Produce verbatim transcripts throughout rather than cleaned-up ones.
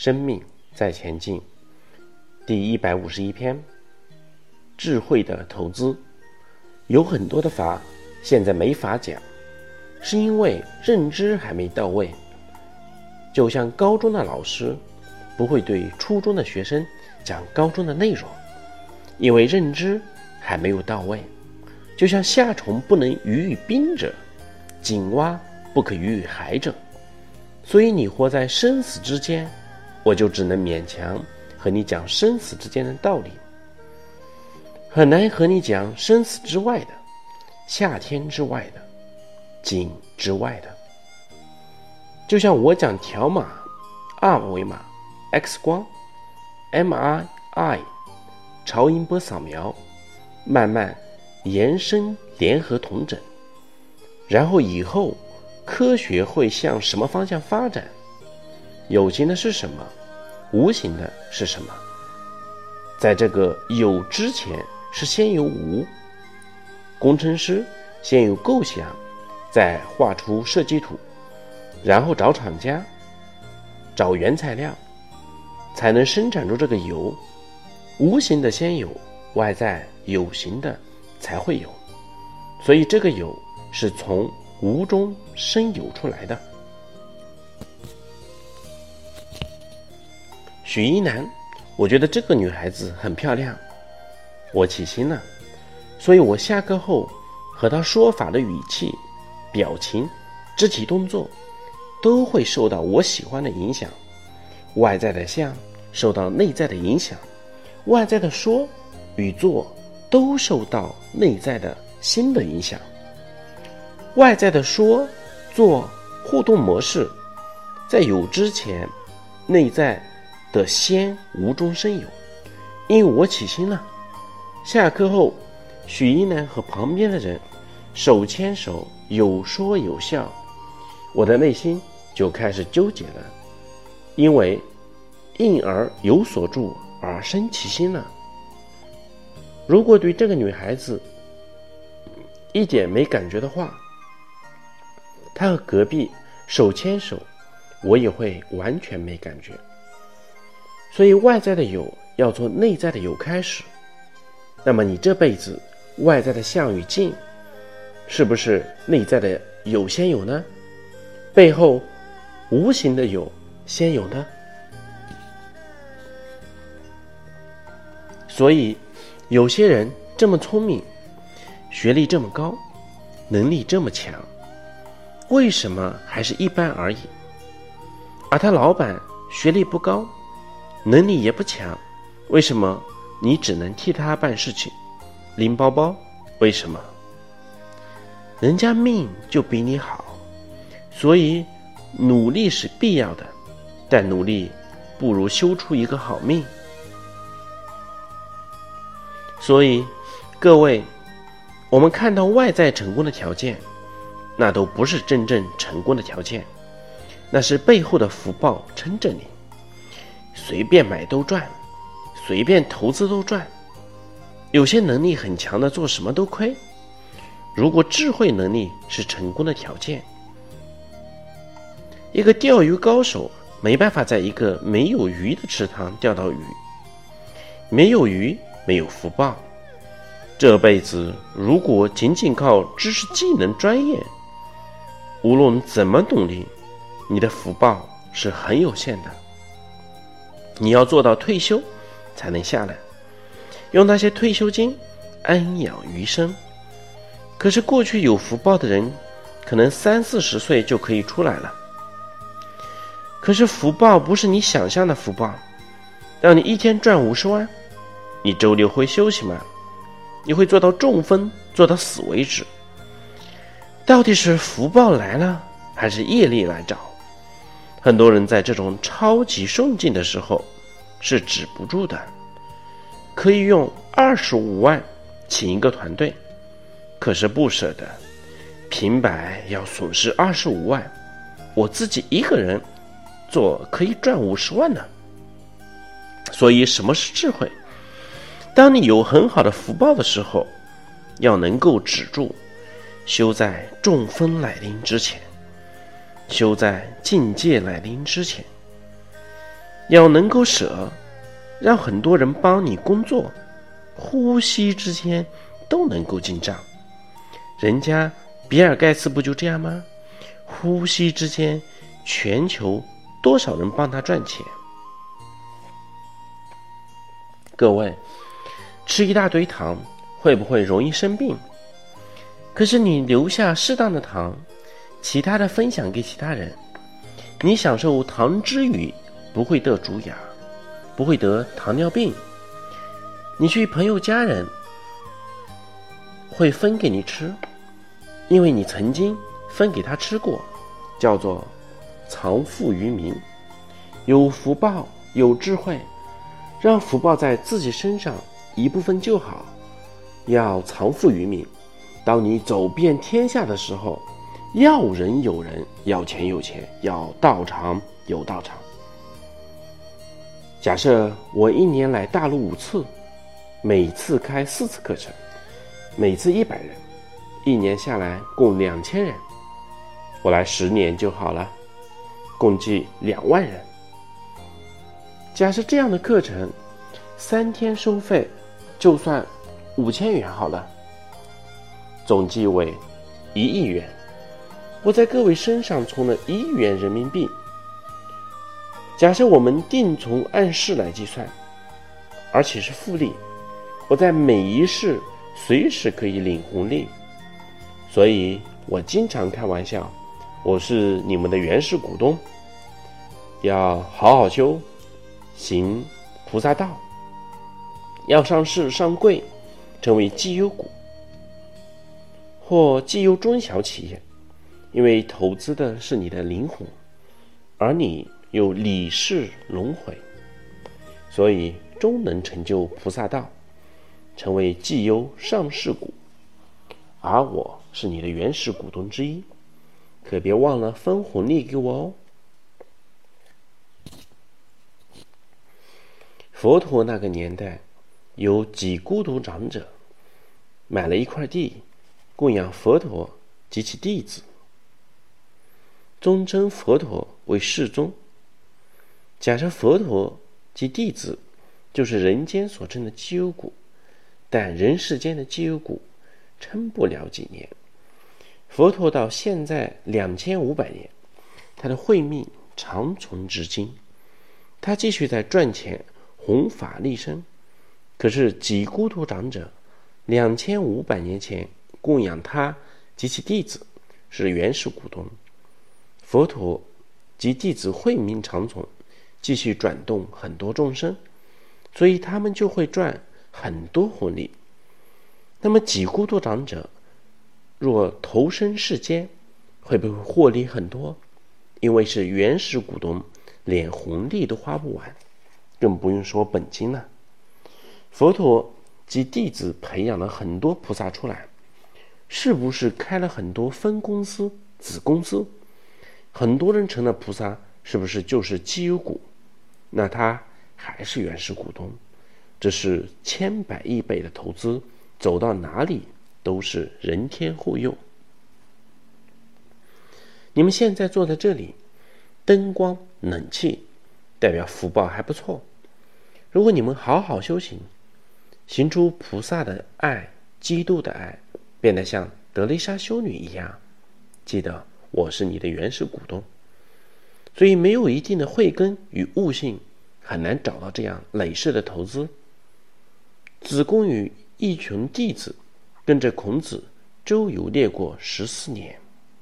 生命在前进，第一百五十一篇，智慧的投资。有很多的法现在没法讲，是因为认知还没到位。就像高中的老师不会对初中的学生讲高中的内容，因为认知还没有到位。就像夏虫不能语与冰者，井蛙不可语与海者。所以你活在生死之间，我就只能勉强和你讲生死之间的道理，很难和你讲生死之外的，夏天之外的，井之外的。就像我讲条码、二维码、X 光、M R I、超音波扫描，慢慢延伸联合统整，然后以后科学会向什么方向发展？有形的是什么？无形的是什么？在这个有之前，是先有无。工程师先有构想，再画出设计图，然后找厂家，找原材料，才能生产出这个有。无形的先有，外在有形的才会有。所以这个有是从无中生有出来的。许一楠，我觉得这个女孩子很漂亮，我起心了，所以我下课后和她说法的语气、表情、肢体动作都会受到我喜欢的影响。外在的像受到内在的影响，外在的说与做都受到内在的心的影响。外在的说做互动模式在有之前，内在的先无中生有。因为我起心了，下课后许一楠和旁边的人手牵手有说有笑，我的内心就开始纠结了。因为因而有所住而生其心了。如果对这个女孩子一点没感觉的话，她和隔壁手牵手，我也会完全没感觉。所以外在的有要从内在的有开始。那么你这辈子外在的相与境，是不是内在的有先有呢？背后无形的有先有呢？所以有些人这么聪明，学历这么高，能力这么强，为什么还是一般而已？而他老板学历不高，能力也不强，为什么你只能替他办事情，拎包包？为什么？人家命就比你好，所以努力是必要的，但努力不如修出一个好命。所以各位，我们看到外在成功的条件，那都不是真正成功的条件，那是背后的福报撑着你。随便买都赚，随便投资都赚。有些能力很强的做什么都亏。如果智慧能力是成功的条件，一个钓鱼高手没办法在一个没有鱼的池塘钓到鱼。没有鱼，没有福报。这辈子如果仅仅靠知识技能专业，无论怎么努力，你的福报是很有限的。你要做到退休才能下来，用那些退休金安养余生。可是过去有福报的人，可能三四十岁就可以出来了。可是福报不是你想象的福报，让你一天赚五十万，你周六会休息吗？你会做到中风，做到死为止。到底是福报来了，还是业力来找？很多人在这种超级顺境的时候是止不住的，可以用二十五万请一个团队，可是不舍得，平白要损失二十五万，我自己一个人做可以赚五十万呢。所以什么是智慧？当你有很好的福报的时候，要能够止住，修在中风来临之前，修在境界来临之前。 要能够舍，让很多人帮你工作，呼吸之间都能够进账。人家比尔盖茨不就这样吗？呼吸之间，全球多少人帮他赚钱。各位，吃一大堆糖会不会容易生病？可是你留下适当的糖，其他的分享给其他人，你享受糖之余不会得蛀牙，不会得糖尿病。你去朋友家人会分给你吃，因为你曾经分给他吃过，叫做藏富于民。有福报，有智慧，让福报在自己身上一部分就好，要藏富于民。当你走遍天下的时候，要人有人，要钱有钱，要道场有道场。假设我一年来大陆五次，每次开四次课程，每次一百人，一年下来共两千人，我来十年就好了，共计两万人。假设这样的课程三天收费就算五千元好了，总计为一亿元。我在各位身上充了一亿元人民币。假设我们定从按市来计算，而且是复利，我在每一市随时可以领红利。所以我经常开玩笑，我是你们的原始股东，要好好修，行菩萨道，要上市上柜，成为绩优股或绩优中小企业。因为投资的是你的灵魂，而你有理事轮回，所以终能成就菩萨道，成为绩优上市股。而我是你的原始股东之一，可别忘了分红利给我哦。佛陀那个年代，有几孤独长者买了一块地，供养佛陀及其弟子，尊称佛陀为世尊。假设佛陀及弟子就是人间所称的绩优股，但人世间的绩优股撑不了几年。佛陀到现在两千五百年，他的慧命长存至今，他继续在赚钱弘法利生。可是几孤独长者两千五百年前供养他及其弟子，是原始股东。佛陀及弟子慧命长存，继续转动很多众生，所以他们就会赚很多红利。那么几孤独长者若投身世间，会不会获利很多？因为是原始股东，连红利都花不完，更不用说本金了。佛陀及弟子培养了很多菩萨出来，是不是开了很多分公司、子公司？很多人成了菩萨，是不是就是绩优股？那他还是原始股东。这是千百亿倍的投资，走到哪里都是人天护佑。你们现在坐在这里，灯光冷气代表福报还不错。如果你们好好修行，行出菩萨的爱、基督的爱，变得像德蕾莎修女一样，记得我是你的原始股东。所以没有一定的慧根与悟性，很难找到这样累世的投资。子贡与一群弟子跟着孔子周游列国十四年，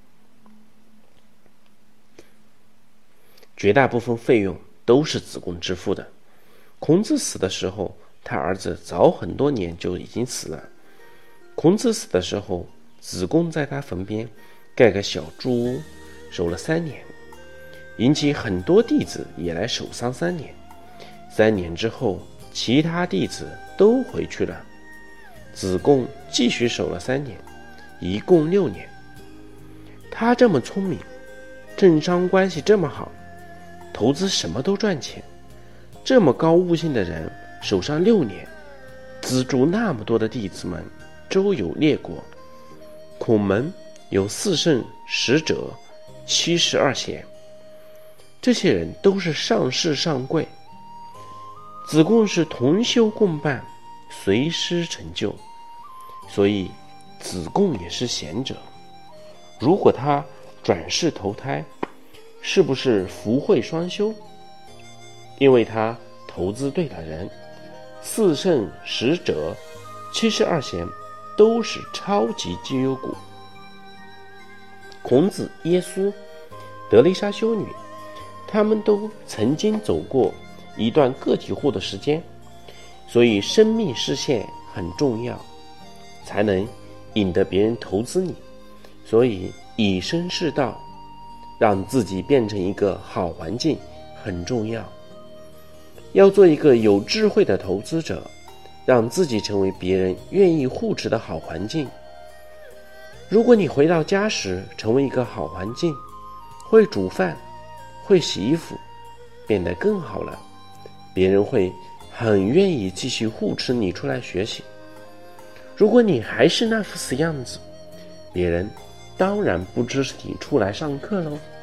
绝大部分费用都是子贡支付的。孔子死的时候，他儿子早很多年就已经死了。孔子死的时候，子贡在他坟边盖个小猪屋，守了三年，引起很多弟子也来守丧三年。三年之后，其他弟子都回去了，子贡继续守了三年，一共六年。他这么聪明，政商关系这么好，投资什么都赚钱，这么高悟性的人守上六年，资助那么多的弟子们周游列国。孔门有四圣、十者、七十二贤， 这些人都是上士上贵。子贡是同修共伴，随师成就，所以子贡也是贤者。如果他转世投胎，是不是福慧双修？因为他投资对了人，四圣十者七十二贤都是超级绩优股。孔子、耶稣、德蕾莎修女，他们都曾经走过一段个体户的时间，所以生命视线很重要，才能引得别人投资你。所以以身试道，让自己变成一个好环境很重要。要做一个有智慧的投资者，让自己成为别人愿意护持的好环境。如果你回到家时成为一个好环境，会煮饭，会洗衣服，变得更好了，别人会很愿意继续护持你出来学习。如果你还是那副死样子，别人当然不支持你出来上课喽。